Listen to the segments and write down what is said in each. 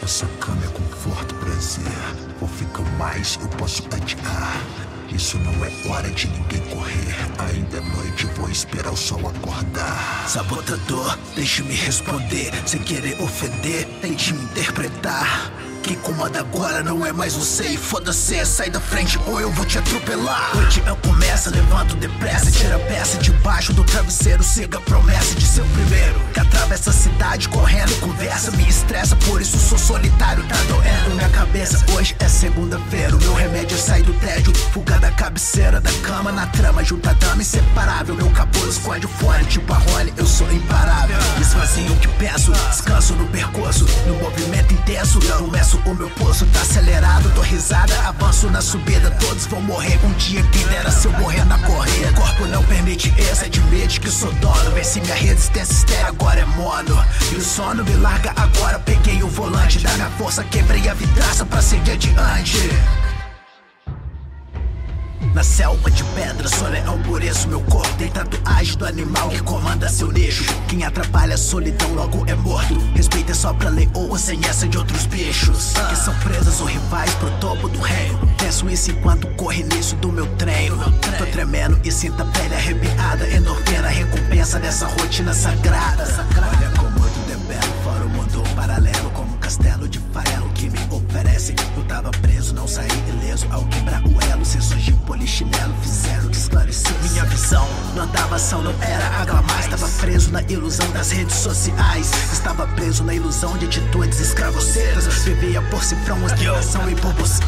Essa cama é conforto, prazer. Ou fica mais, eu posso adiar. Isso não é hora de ninguém correr. Ainda é noite, vou esperar o sol acordar. Sabotador, deixe-me responder. Sem querer ofender, tente me interpretar. Quem comanda agora não é mais você. Foda-se, sai da frente ou eu vou te atropelar. Hoje eu começo, levanto depressa. Tira a peça debaixo do travesseiro. Siga a promessa de ser o primeiro que atravessa a cidade correndo. Conversa me estressa, por isso sou solitário. Tá doendo minha cabeça, hoje é segunda-feira. O meu remédio é sair do tédio, fuga da cabeceira da cama. Na trama, junta a dama inseparável. Meu capuz esconde o fone, tipo a Rony, eu sou imparável. Esvazio o que penso, descanso no percurso. No movimento intenso, começo o meu pulso tá acelerado, dou risada, avanço na subida. Todos vão morrer um dia, quem dera se eu morrer na corrida. O corpo não permite isso, admite que sou dono. Vê se minha resistência estéreo agora é mono. E o sono me larga agora, peguei o volante da minha força, quebrei a vidraça pra seguir adiante. Na selva de pedra, sou leão, por isso meu corpo tem tatuagem do animal que comanda seu nicho. Quem atrapalha a solidão logo é morto. Respeito é só pra leoa, sem essa de outros bichos que são presas ou rivais pro topo do reino. Penso isso enquanto corre nisso do meu treino. Tô tremendo e sinto a pele arrepiada. Endorfina, recompensa dessa rotina sagrada. Olha como eu tudo é belo, fora o mundo paralelo. Como um castelo de farelo que me oferece. Eu tava preso, não saí ileso ao quebrar o elo. Sessões de polichinelo fizeram que esclareceu minha visão. Não andava ação, não era água mais. Estava preso na ilusão das redes sociais. Estava preso na ilusão de atitudes escravoceiras. Vivia por cifrão, ostentação e por você.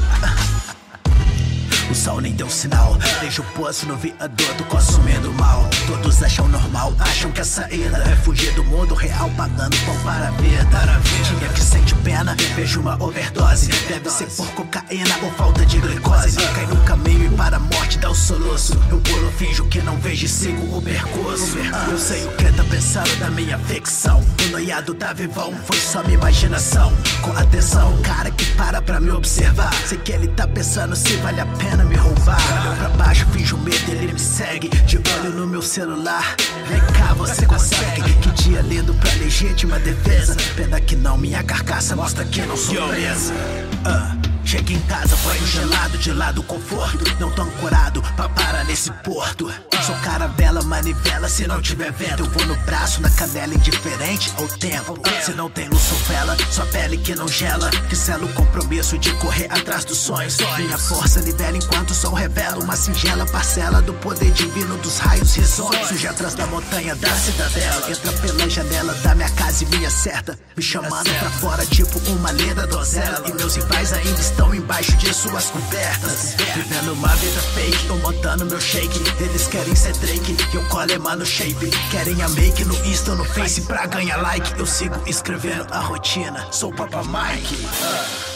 O sol nem deu sinal, vejo o poço no viaduto consumindo mal. Todos acham normal, acham que a saída é fugir do mundo real, pagando pão para a vida. Tinha que sente pena, vejo uma overdose. Deve ser por cocaína ou falta de glicose. Cai no caminho e para a morte dá o soluço. Eu pulo, finjo que não vejo e sigo o percurso. Eu sei o que tá pensando da minha ficção. O noiado tá vivão, foi só minha imaginação. Com atenção, o cara que para pra me observar. Sei que ele tá pensando se vale a pena me roubar. Olho pra baixo, finjo medo, ele me segue. De olho no meu celular. Vem cá, você consegue. Que dia lindo pra legítima defesa. Pena que não, minha carcaça mostra que não sou presa. Cheguei em casa, banho gelado, de lado conforto. Não tô ancorado pra parar nesse porto. Sou caravela, manivela, se não tiver vento. Eu vou no braço, na canela, indiferente ao tempo. Se não tem luz ou vela, só pele que não gela. Que sela o compromisso de correr atrás dos sonhos. Minha força nivela enquanto o sol revela uma singela parcela do poder divino dos raios risonhos. Surge atrás da montanha da cidadela. Entra pela janela da minha casa e me acerta, me chamando pra fora tipo uma lenda donzela. E meus rivais ainda estão embaixo de suas cobertas, vivendo uma vida fake, eu montando meu shake. Eles querem ser Drake, eu colema no shape. Querem a make no Insta, no Face pra ganhar like. Eu sigo escrevendo a rotina, sou o Papa Mike.